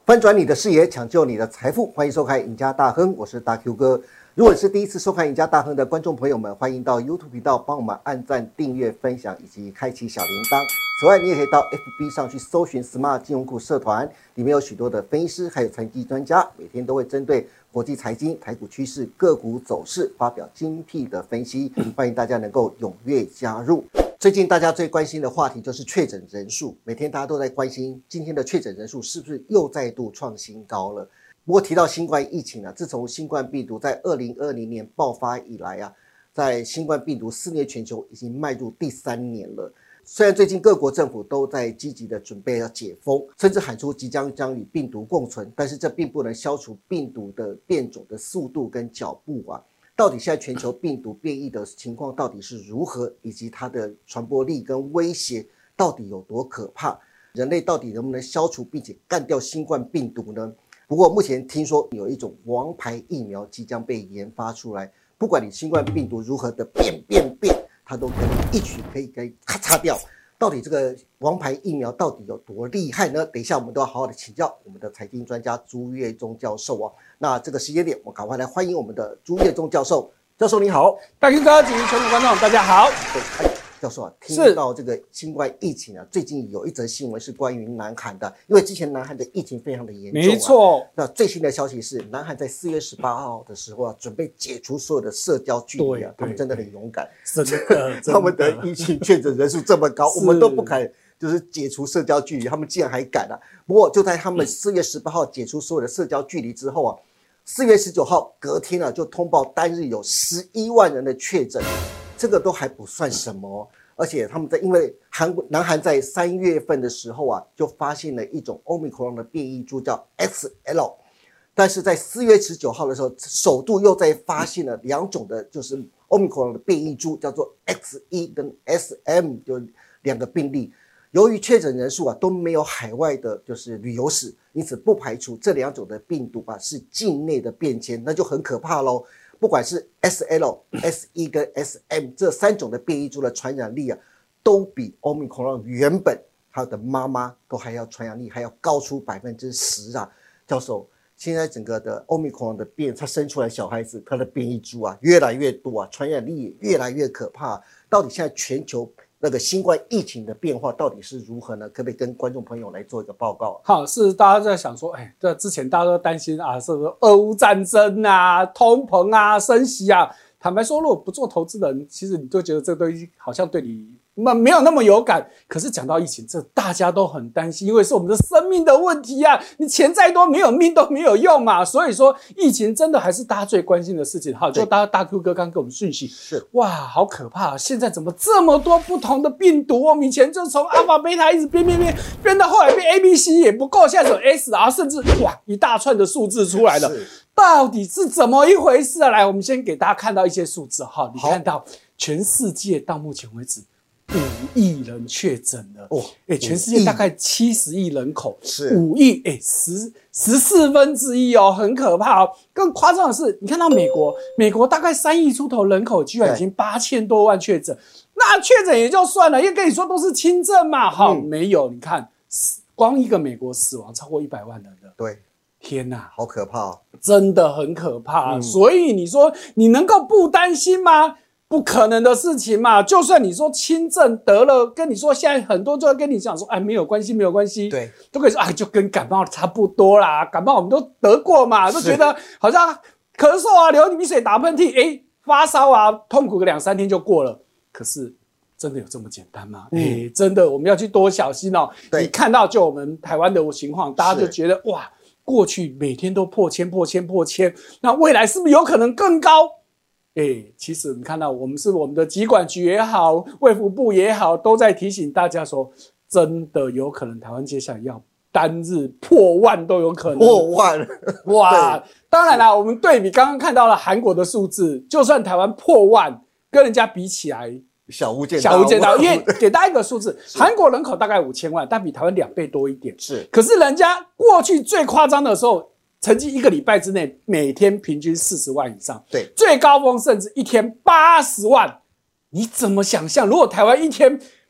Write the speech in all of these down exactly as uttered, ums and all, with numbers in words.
翻转你的视野，抢救你的财富，欢迎收看赢家大亨，我是大 Q 哥。如果是第一次收看赢家大亨的观众朋友们，欢迎到 YouTube 频道帮我们按赞、订阅、分享以及开启小铃铛。此外，你也可以到 F B 上去搜寻 Smart 金融库社团，里面有许多的分析师还有财经专家，每天都会针对国际财经、台股趋势、个股走势发表精辟的分析，欢迎大家能够踊跃加入。最近大家最关心的话题就是确诊人数，每天大家都在关心今天的确诊人数是不是又再度创新高了。不过提到新冠疫情啊，自从新冠病毒在二零二零年爆发以来啊，在新冠病毒肆虐全球已经迈入第三年了。虽然最近各国政府都在积极的准备要解封，甚至喊出即将将与病毒共存，但是这并不能消除病毒的变种的速度跟脚步啊。到底现在全球病毒变异的情况到底是如何，以及它的传播力跟威胁到底有多可怕？人类到底能不能消除并且干掉新冠病毒呢？不过目前听说有一种王牌疫苗即将被研发出来，不管你新冠病毒如何的变变变，它都可以一举可以给咔嚓掉。到底这个王牌疫苗到底有多厉害呢？等一下我们都要好好的请教我们的财经专家朱岳忠教授哦。那这个时间点，我赶快来欢迎我们的朱岳忠教授。教授你好。 大 Q 哥及全国观众大家好。 对，教授啊，听到这个新冠疫情啊，最近有一则新闻是关于南韩的，因为之前南韩的疫情非常的严重、啊， 没错。 那最新的消息是，南韩在四月十八号的时候啊，准备解除所有的社交距离啊，他们真的很勇敢， 真的， 他们的疫情确诊人数这么高，我们都不敢就是解除社交距离，他们竟然还敢啊！不过就在他们四月十八号解除所有的社交距离之后啊，四月十九号隔天啊就通报单日有十一万人的确诊，这个都还不算什么。而且他们在因为韩国南韩在三月份的时候啊，就发现了一种 Omicron 的变异株叫 X L， 但是在四月十九号的时候，首度又在发现了两种的，就是 Omicron 的变异株，叫做 X 一 跟 S M， 就两个病例。由于确诊人数啊都没有海外的就是旅游史，因此不排除这两种的病毒啊是境内的变迁，那就很可怕咯。不管是 S L、S 一 跟 S M 这三种的变异株的传染力啊，都比 Omicron 原本它的妈妈都还要传染力还要高出 百分之十 啊。教授，现在整个的 Omicron 的变，它生出来小孩子，它的变异株啊越来越多啊，传染力也越来越可怕。到底现在全球那个新冠疫情的变化到底是如何呢？可不可以跟观众朋友来做一个报告？ 好，是大家在想说，哎，这之前大家都担心啊，是不是俄乌战争啊、通膨啊、升息啊？坦白说，如果不做投资人，其实你就觉得这个东西好像对你没有那么有感。可是讲到疫情，这大家都很担心，因为是我们的生命的问题啊！你钱再多，没有命都没有用嘛。所以说，疫情真的还是大家最关心的事情。好，就大大 Q 哥刚给我们讯息， 是哇，好可怕啊！现在怎么这么多不同的病毒？我们以前就从阿法、贝塔一直变变变，变到后来变 A、B、C 也不够，现在有 S、R， 甚至哇一大串的数字出来了。到底是怎么一回事啊？来，我们先给大家看到一些数字哈。你看到全世界到目前为止五亿人确诊了哦，哎，全世界大概七十亿人口， 是五亿，哎，十十四分之一哦，很可怕哦。更夸张的是，你看到美国，美国大概三亿出头人口，居然已经八千多万确诊。那确诊也就算了，因为跟你说都是轻症嘛，好、嗯，没有，你看，光一个美国死亡超过一百万人的， 对。 天哪， 好可怕哦！ 真的很可怕、 嗯， 所以你说你能够不担心吗？不可能的事情嘛。就算你说轻症得了，跟你说现在很多就要跟你讲说，哎，没有关系，没有关系， 对， 都可以说啊，就跟感冒差不多啦，感冒我们都得过嘛，都觉得好像咳嗽啊、流鼻水、打喷嚏，哎，发烧啊，痛苦个两三天就过了。可是真的有这么简单吗？嗯、哎，真的我们要去多小心哦。你看到就我们台湾的情况，大家就觉得哇。过去每天都破千破千破千，那未来是不是有可能更高？欸，其实你看到我们是我们的疾管局也好，卫福部也好，都在提醒大家说，真的有可能台湾接下来要单日破万都有可能。 破万， 哇！当然啦，我们对比刚刚看到了韩国的数字，就算台湾破万，跟人家比起来。 小巫见大小巫见大巫，因为给大家一个数字，韩国人口大概五千万，但比台湾两倍多一点。 是， 可是人家过去最夸张的时候，曾经一个礼拜之内每天平均四十万以上， 对， 最高峰甚至一天八十万。你怎么想象？如果台湾一天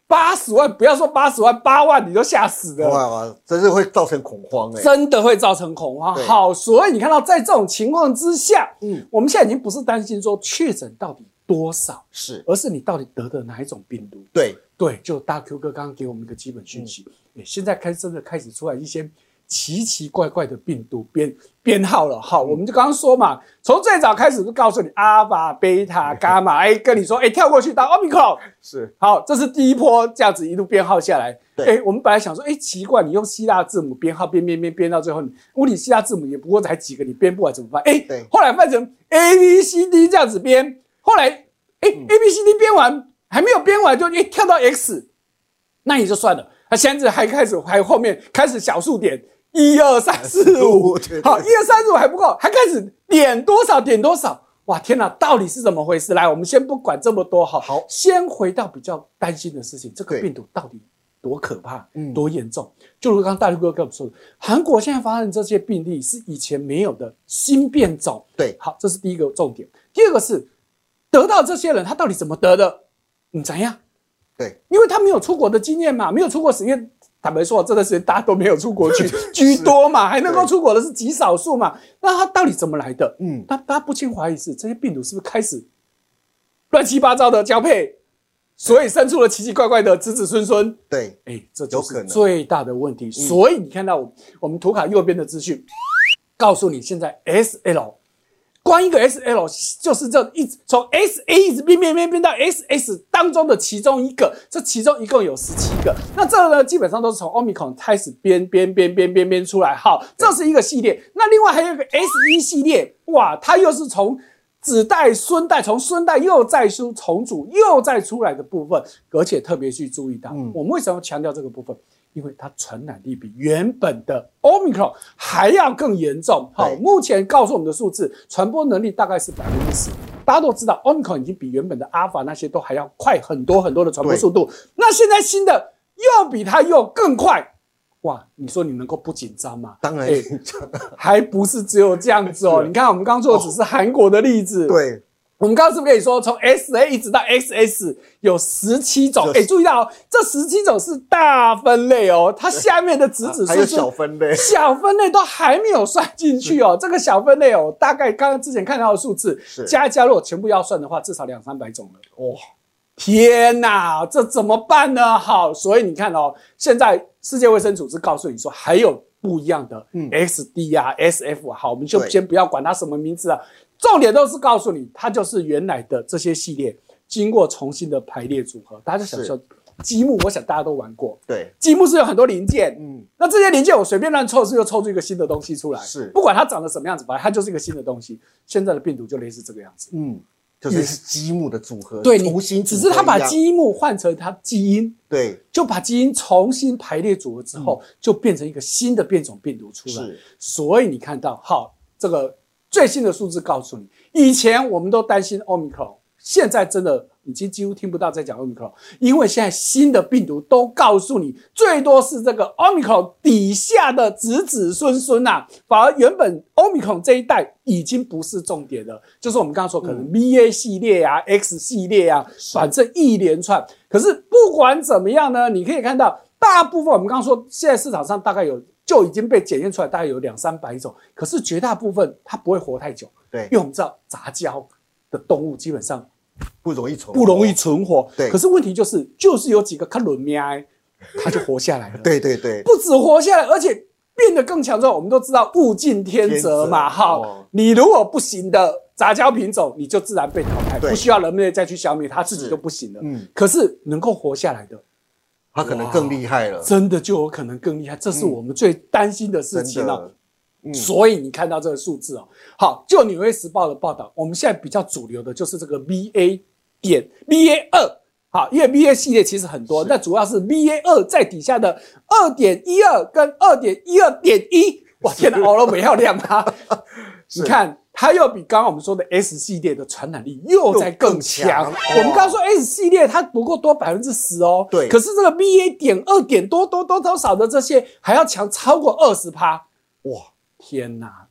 八十万，不要说八十万，八万你都吓死了。 哇哇，真是会造成恐慌哎、欸， 真的会造成恐慌。好，所以你看到在这种情况之下，嗯，我们现在已经不是担心说确诊到底多少， 是， 而是你到底得的哪一种病毒。 对对，就大 Q 哥刚刚给我们一个基本讯息，嗯、现在开真的开始出来一些奇奇怪怪的病毒编编号了。好，我们就刚刚说嘛，从最早开始就告诉你阿尔法、贝塔、伽马，哎，跟你说，哎，跳过去到 Omicron， 是， 好，这是第一波这样子一路编号下来。哎，我们本来想说，哎，奇怪，你用希腊字母编号编编编编到最后，你物理希腊字母也不过才几个，你编不完怎么办？哎，后来换成 A B C D 这样子编，后来哎、嗯、A B C D 编完还没有编完就哎跳到 X， 那也就算了。他现在还开始还后面开始小数点。一二三四五，好，一二三四五还不够，还开始点多少点多少，哇，天哪，到底是怎么回事？来，我们先不管这么多，好，好，先回到比较担心的事情，这个病毒到底多可怕，多严重？就如刚刚大陆哥跟我们说的，韩国现在发生这些病例是以前没有的新变种， 对， 好，这是第一个重点。第二个是得到这些人他到底怎么得的？你怎样？ 对， 因为他没有出国的经验嘛，没有出国实验。坦白说，这段时间大家都没有出国去居多嘛，还能够出国的是极少数嘛。那它到底怎么来的？嗯，大大家不禁怀疑是这些病毒是不是开始乱七八糟的交配，所以生出了奇奇怪怪的子子孙孙？ 对， 哎，这就是最大的问题。所以你看到我我们图卡右边的资讯，告诉你现在 S L。光一个 S L 就是这一直从 S A 一直变变变变到 S S 当中的其中一个，这其中一共有十七个。那这个呢，基本上都是从 Omicron 开始编编编编编编出来。好，这是一个系列。那另外还有一个 S 一 系列，哇，它又是从子代、孙代，从孙代又再出重组又再出来的部分，而且特别去注意到，嗯、我们为什么要强调这个部分？因为它传染力比原本的 Omicron 还要更严重。好，目前告诉我们的数字，传播能力大概是百分之十。大家都知道 Omicron 已经比原本的 Alpha 那些都还要快很多很多的传播速度。那现在新的又比它又更快，哇！你说你能够不紧张吗？ 当然紧张、欸， 还不是只有这样子哦。你看我们刚刚做的只是韩国的例子， 哦、对。 我们刚刚是不是跟你说，从 S A 一直到 X S 有十七种？哎、欸，注意到哦，这十七种是大分类哦，它下面的子子孙孙还有小分类， 小分类都还没有算进去哦。这个小分类哦，大概刚刚之前看到的数字加一加，如果全部要算的话，至少两三百种了。哇、哦，天哪，这怎么办呢？好，所以你看哦，现在世界卫生组织告诉你说还有不一样的 X D 啊、嗯、S F 啊，好，我们就先不要管它什么名字啊。重点都是告诉你，它就是原来的这些系列经过重新的排列组合。大家就想说，积木，我想大家都玩过。 对， 积木是有很多零件，嗯，那这些零件我随便乱凑，是又凑出一个新的东西出来。 是， 不管它长得什么样子，反正它就是一个新的东西。现在的病毒就类似这个样子， 嗯，就是积木的组合， 对， 重新只是它把积木换成它基因， 对， 就把基因重新排列组合之后，嗯、就变成一个新的变种病毒出来。是，所以你看到，好，这个最新的数字告诉你。以前我们都担心 Omicron， 现在真的已经几乎听不到在讲 Omicron， 因为现在新的病毒都告诉你，最多是这个 Omicron 底下的子子孙孙啊，反而原本 Omicron 这一代已经不是重点了，就是我们刚刚说可能 B A 系列啊、嗯、X 系列啊，反正一连串。可是不管怎么样呢，你可以看到大部分我们刚刚说现在市场上大概有就已经被检验出来，大概有两三百种，可是绝大部分它不会活太久。对，因为我们知道杂交的动物基本上不容易存活， 不容易存活。 对， 可是问题就是，就是有几个看轮命，它就活下来了。 对对对， 不止活下来，而且变得更强壮。我们都知道物竞天择嘛，哈、哦，你如果不行的杂交品种，你就自然被淘汰，不需要人类再去消灭它，自己就不行了。嗯，可是能够活下来的， 它可能更厉害了， 真的就有可能更厉害，这是我们最担心的事情了。嗯嗯、所以你看到这个数字哦，好，就纽约时报的报道，我们现在比较主流的就是这个 B A 点 B A 二，好，因为 B A 系列其实很多，那主要是 B A 二在底下的 二点一二 跟 二点一二点一， 哇，天哪，熬了没要亮啊！你看，它又比刚刚我们说的 S 系列的传染力又在更强。我们刚刚说 S 系列它不过多百分之十哦，对，可是这个 B A 点二点多多多多少的这些还要强超过二十趴，哇！天哪，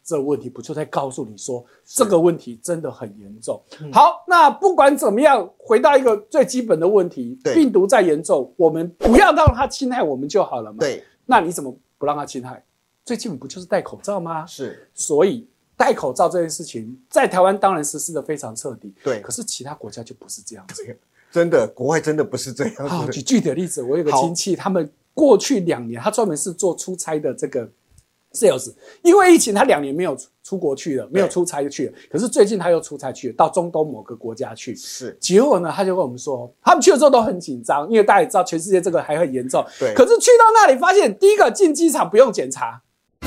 这个问题不就在告诉你说，这个问题真的很严重。嗯、好，那不管怎么样，回到一个最基本的问题，病毒再严重，我们不要让它侵害我们就好了嘛。 对， 那你怎么不让它侵害？最基本不就是戴口罩吗？ 是， 所以戴口罩这件事情，在台湾当然实施的非常彻底。 对， 可是其他国家就不是这样子。 真的，国外真的不是这样子。 好，举具体的例子，我有个亲戚，他们过去两年，他专门是做出差的这个 sales， 因为疫情，他两年没有出国去了，没有出差就去了。可是最近他又出差去了，到中东某个国家去。 是， 结果呢，他就跟我们说，他们去的时候都很紧张，因为大家也知道全世界这个还很严重。 对。 可是去到那里发现，第一个进机场不用检查，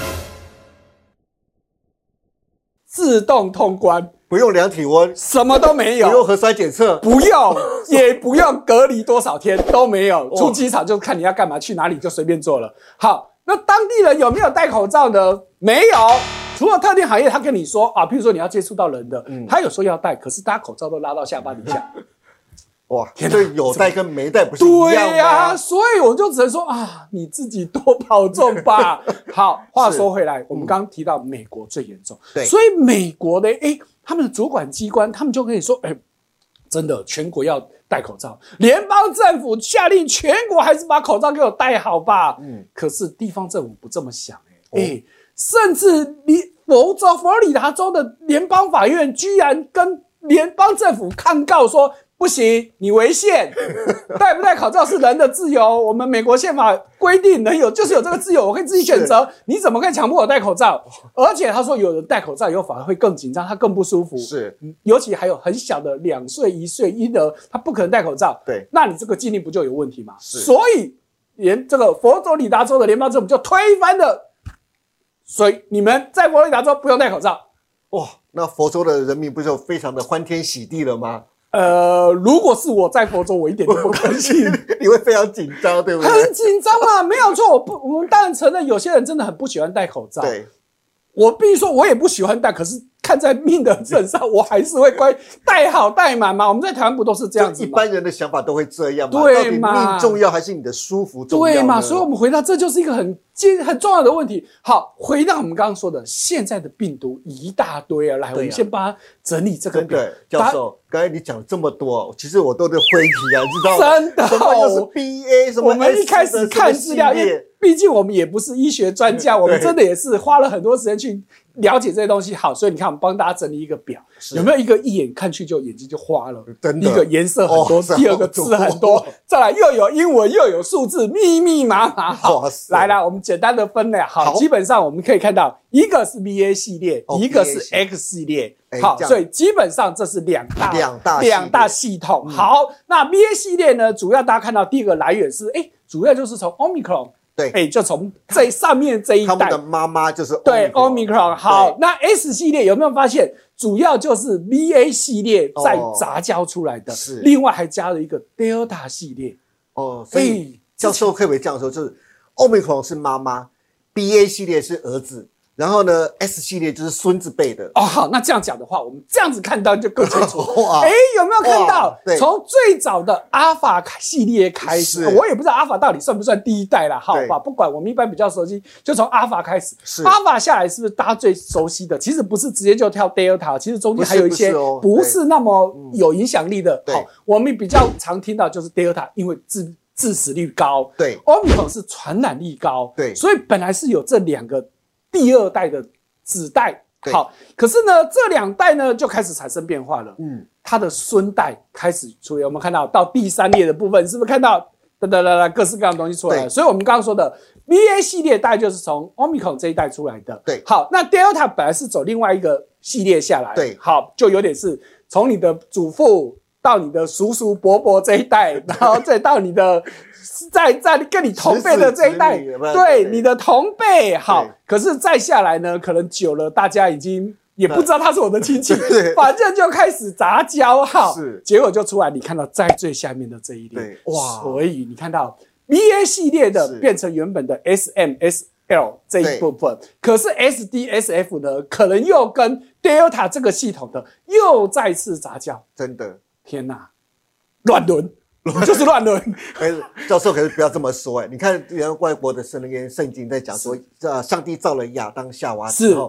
自动通关。 不用量体温， 什么都没有， 不用核酸检测， 不用，也不用隔离多少天都没有。出机场就看你要干嘛，去哪里就随便做了。好，那当地人有没有戴口罩呢？没有，除了特定行业，他跟你说啊，譬如说你要接触到人的，嗯、他有说要戴，可是大家口罩都拉到下巴底下。 哇，这有戴跟没戴不是一样吗？ 对呀、啊，所以我就只能说啊，你自己多保重吧。好，话说回来，我们刚刚提到美国最严重， 对， 所以美国的哎，他们的主管机关，他们就跟你说，哎，真的全国要戴口罩，联邦政府下令全国还是把口罩给我戴好吧。嗯，可是地方政府不这么想、欸，哎、哦，甚至你佛州佛罗里达州的联邦法院居然跟联邦政府抗告说。不行，你违宪，戴不戴口罩是人的自由。我们美国宪法规定人有就是有这个自由，我可以自己选择。你怎么可以强迫我戴口罩？而且他说有人戴口罩以后反而会更紧张，他更不舒服。 是， 尤其还有很小的两岁、一岁婴儿，他不可能戴口罩。 对， 那你这个禁令不就有问题吗？所以连这个佛罗里达州的联邦政府就推翻了，所以你们在佛罗里达州不用戴口罩。 哇，那佛州的人民不就非常的欢天喜地了吗？ 呃，如果是我在佛州，我一点都不开心， 你会非常紧张，对不对？ 很紧张嘛，没有错。我不，我们当然承认有些人真的很不喜欢戴口罩。 对， 我必须说，我也不喜欢戴，可是看在命的份上，我还是会乖戴好戴满嘛。我们在台湾不都是这样子吗？ 一般人的想法都会这样嘛。 对嘛？ 到底命重要还是你的舒服重要？ 对嘛？所以我们回到，这就是一个很很重要的问题。好，回到我们刚刚说的，现在的病毒一大堆啊，来，啊、我们先帮他整理这个表。 真的，教授，刚才你讲了这么多，其实我都在灰题啊，你知道吗？ 真的， 什么又是 B A 什么？ 我们一开始看资料，因为毕竟我们也不是医学专家，我们真的也是花了很多时间去了解这些东西。好，所以你看，我们帮大家整理一个表，有没有一个一眼看去就眼睛就花了？ 真的， 一个颜色很多，哦、第二个字很多，再来又有英文又有数字，密密麻麻。好，来了，我们简单的分类。好，好基本上我们可以看到，一个是 B A 系列，哦、一个是 X 系列。好，所以基本上这是两大两大两大系统。嗯、好，那 B A 系列呢，主要大家看到第一个来源是，哎，主要就是从 Omicron。 对， 哎，就从这上面这一代， 他们的妈妈就是 Omicron, 对 Omicron。好，那 S 系列有没有发现，主要就是 B A 系列在杂交出来的，哦、 是， 另外还加了一个 Delta 系列。 哦，所以教授可不可以这样说，就是 Omicron 是妈妈 ，B A 系列是儿子。然后呢 ，S 系列就是孙子辈的哦。好，那这样讲的话，我们这样子看到就更清楚。哎，有没有看到？从最早的阿法系列开始，我也不知道阿法到底算不算第一代啦。好吧，不管，我们一般比较熟悉，就从阿法开始。阿法下来是不是大家最熟悉的？其实不是直接就跳 Delta， 其实中间还有一些不是那么有影响力的。好，我们比较常听到就是 Delta， 因为致致死率高。 对 ，Omicron 是传染力高。 对， 所以本来是有这两个。第二代的子代，好，可是呢，这两代呢就开始产生变化了。嗯，它的孙代开始出来，我们看到到第三列的部分，是不是看到哒哒哒哒各式各样的东西出来了？所以我们刚刚说的 B A 系列大概就是从 Omicron 这一代出来的。 对， 好，那 Delta 本来是走另外一个系列下来， 对， 好，就有点是从你的祖父到你的叔叔伯伯这一代，然后再到你的。在在跟你同辈的这一代，对你的同辈好，可是再下来呢，可能久了，大家已经也不知道他是我的亲戚，反正就开始杂交好，结果就出来，你看到在最下面的这一列，哇！所以你看到 B A 系列的变成原本的 S M S L 这一部分，可是 S D S F 呢，可能又跟 Delta 这个系统的又再次杂交， 真的， 天哪，乱伦！就是乱伦， 哎，教授可是不要这么说哎、欸！你看，人家外国的圣人圣经在讲说，呃，上帝造了亚当夏娃之后，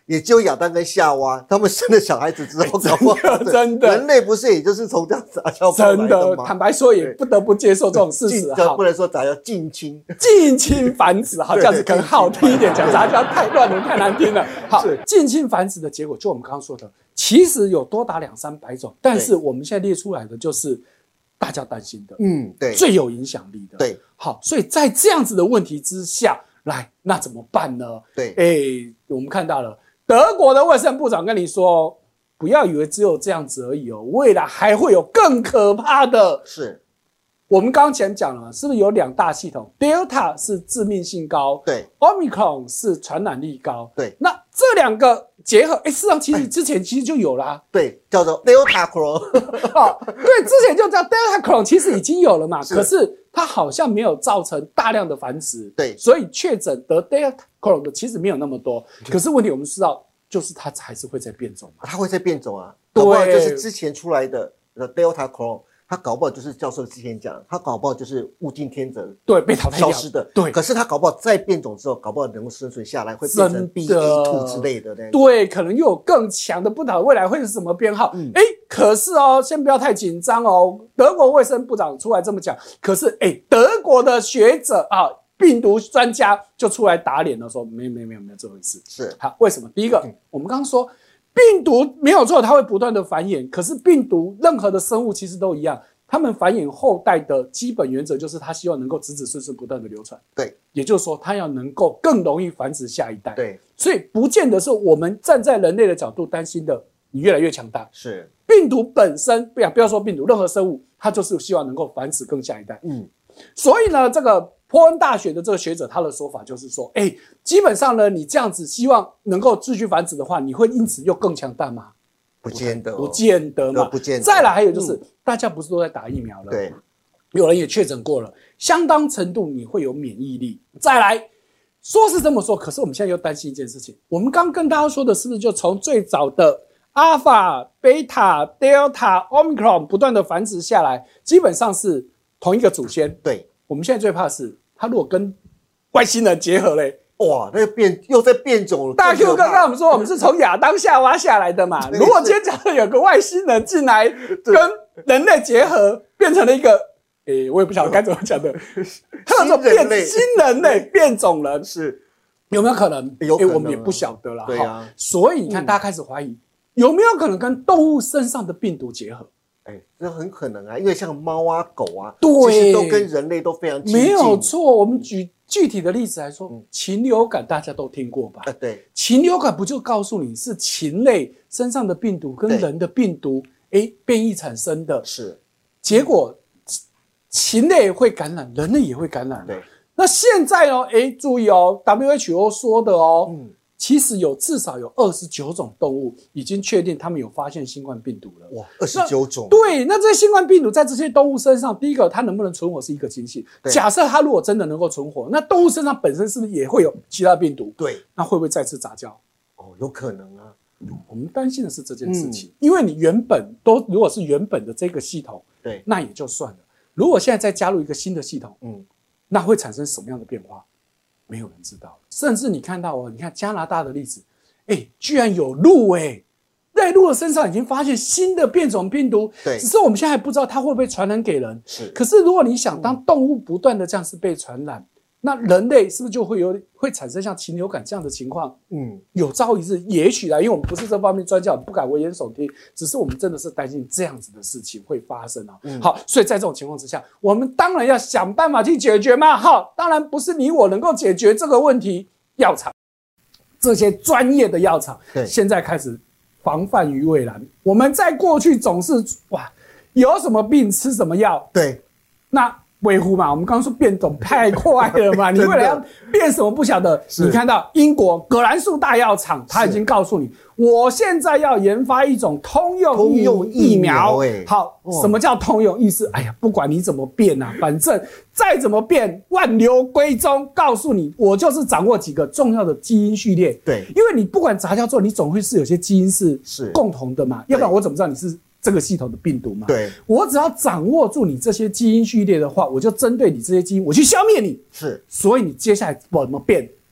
也只有亚当跟夏娃，他们生了小孩子之后，搞不好真的， 人类不是也就是从这样杂交过来的吗？ 真的，坦白说也不得不接受这种事实。 好，不能说杂交，近亲， 近亲繁殖，好，这样子可能好听一点，讲杂交太乱了，太难听了。好，近亲繁殖的结果，就我们刚刚说的，其实有多达两三百种，但是我们现在列出来的就是大家担心的， 嗯，对， 最有影响力的， 对。 好，所以在这样子的问题之下，来，那怎么办呢？ 对， 哎，我们看到了。德国的卫生部长跟你说，不要以为只有这样子而已哦，未来还会有更可怕的。 是， 我们刚前讲了，是不是有两大系统 ？Delta 是致命性高， 对 ，Omicron 是传染力高， 对。 那这两个结合，哎，事实上其实之前其实就有啦、啊， 对，叫做 Delta Cron， 哦，对，之前就叫 Delta Cron， 其实已经有了嘛，是可是它好像没有造成大量的繁殖， 对， 所以确诊得 Delta Cron 的其实没有那么多，可是问题我们知道，就是它还是会在变种嘛， 它会在变种啊，搞不好就是之前出来的 Delta Cron。他搞不好就是教授之前讲，他搞不好就是物竞天择， 对，被淘汰掉消失的， 对。 可是他搞不好再变种之后，搞不好能够生存下来，会变成 B A 二 之类的。 对，可能又有更强的，不知道未来会是什么编号。哎、嗯，可是哦，先不要太紧张哦。德国卫生部长出来这么讲，可是哎，德国的学者啊，病毒专家就出来打脸了，说没没没有没有这回事。 是， 好，为什么？第一个，嗯、我们刚刚说。病毒没有错，它会不断的繁衍。可是病毒任何的生物其实都一样，它们繁衍后代的基本原则就是它希望能够子子孙孙不断的流传。 对， 也就是说，它要能够更容易繁殖下一代。 对， 所以不见得是我们站在人类的角度担心的，你越来越强大。 是， 病毒本身不要不要说病毒，任何生物它就是希望能够繁殖更下一代。嗯，所以呢，这个。波恩大学的这个学者，他的说法就是说，哎、欸，基本上呢，你这样子希望能够继续繁殖的话，你会因此又更强大吗？ 不见得、哦， 不见得嘛， 不见得。 再来还有就是，嗯、大家不是都在打疫苗了？ 对， 有人也确诊过了，相当程度你会有免疫力。再来说是这么说，可是我们现在又担心一件事情，我们刚跟大家说的是不是就从最早的阿尔法、贝塔、德尔塔、奥密克戎不断的繁殖下来，基本上是同一个祖先。 对， 我们现在最怕的是。他如果跟外星人结合嘞， 哇，那个变又在变种了。 大 Q 刚刚我们说我们是从亚当夏娃下来的嘛，如果今天假设有个外星人进来跟人类结合，变成了一个，诶、欸，我也不晓得该怎么讲的，特种变新人类变种人是有没有可能？ 有可能、啊欸，我们也不晓得啦。 对啊， 所以你看，大家开始怀疑、嗯、有没有可能跟动物身上的病毒结合？ 哎、欸，这很可能啊，因为像猫啊、狗啊， 对， 其实都跟人类都非常亲近。 没有错，我们举具体的例子来说，嗯、禽流感大家都听过吧？ 呃、对， 禽流感不就告诉你是禽类身上的病毒跟人的病毒哎变异产生的？ 是， 结果禽类会感染，人类也会感染。 对， 那现在哦，哎，注意哦 ，W H O 说的哦。嗯，其实有至少有二十九种动物已经确定他们有发现新冠病毒了。 哇，二十九种。 对，那这些新冠病毒在这些动物身上，第一个它能不能存活是一个惊喜。假设它如果真的能够存活，那动物身上本身是不是也会有其他病毒？ 对， 那会不会再次杂交？ 哦，有可能啊。 我们担心的是这件事情，嗯、因为你原本都如果是原本的这个系统， 对， 那也就算了。如果现在再加入一个新的系统，嗯，那会产生什么样的变化？没有人知道。甚至你看到哦，你看加拿大的例子。哎，居然有鹿哎，在鹿的身上已经发现新的变种病毒， 对， 只是我们现在还不知道它会不会传染给人。 是， 可是如果你想，当动物不断的这样子被传染，嗯、那人类是不是就会有会产生像禽流感这样的情况？嗯，有朝一日，也许啦，因为我们不是这方面专家，我们不敢危言耸听，只是我们真的是担心这样子的事情会发生啊。嗯、好，所以在这种情况之下，我们当然要想办法去解决嘛。好，当然不是你我能够解决这个问题，药厂。这些专业的药厂现在开始防范于未然。我们在过去总是哇，有什么病吃什么药， 对， 那维护嘛，我们刚刚说变种太快了嘛，你未来要变什么不晓得。你看到英国葛兰素大药厂，他已经告诉你，我现在要研发一种通用通用疫苗。欸、 好，哦、什么叫通用？意思，哎呀，不管你怎么变啊，反正再怎么变，万流归宗。告诉你，我就是掌握几个重要的基因序列。 对， 因为你不管杂交做，你总会是有些基因是是共同的嘛，要不然我怎么知道你是这个系统的病毒嘛？ 对， 我只要掌握住你这些基因序列的话，我就针对你这些基因，我去消灭你。 是， 所以你接下来怎么变，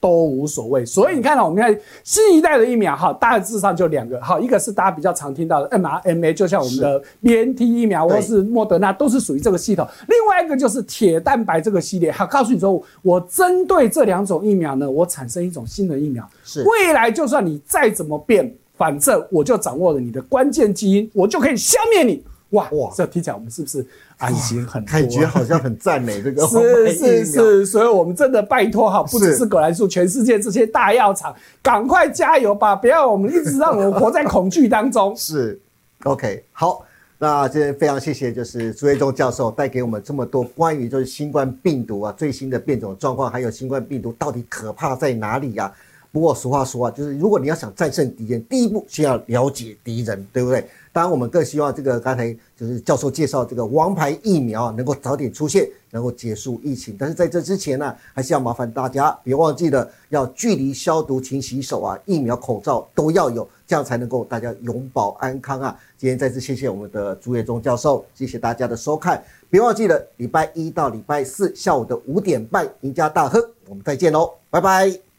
都无所谓。所以你看到我们看新一代的疫苗，哈，大致上就两个，好，一个是大家比较常听到的 M R N A， 就像我们的 B N T 疫苗或是莫德纳都是属于这个系统。另外一个就是铁蛋白这个系列，好，告诉你说，我针对这两种疫苗呢，我产生一种新的疫苗， 是未来就算你再怎么变，反正我就掌握了你的关键基因，我就可以消灭你。哇哇，这听起来我们是不是安心很多？ 感觉好像很赞美这个是是是，所以我们真的拜托哈，不只是葛兰素，全世界这些大药厂，赶快加油吧！不要我们一直让我们活在恐惧当中。 是 ，OK， 好。那今天非常谢谢，就是朱岳忠教授带给我们这么多关于就是新冠病毒啊最新的变种状况，还有新冠病毒到底可怕在哪里呀、啊？不过俗话说啊，就是如果你要想战胜敌人，第一步先要了解敌人，对不对？当然，我们更希望这个刚才就是教授介绍这个王牌疫苗能够早点出现，能够结束疫情。但是在这之前呢，还是要麻烦大家别忘记了要距离消毒、勤洗手啊，疫苗、口罩都要有，这样才能够大家永保安康啊。今天再次谢谢我们的朱岳忠教授，谢谢大家的收看。别忘记了礼拜一到礼拜四下午的五点半，赢家大亨，我们再见喽，拜拜。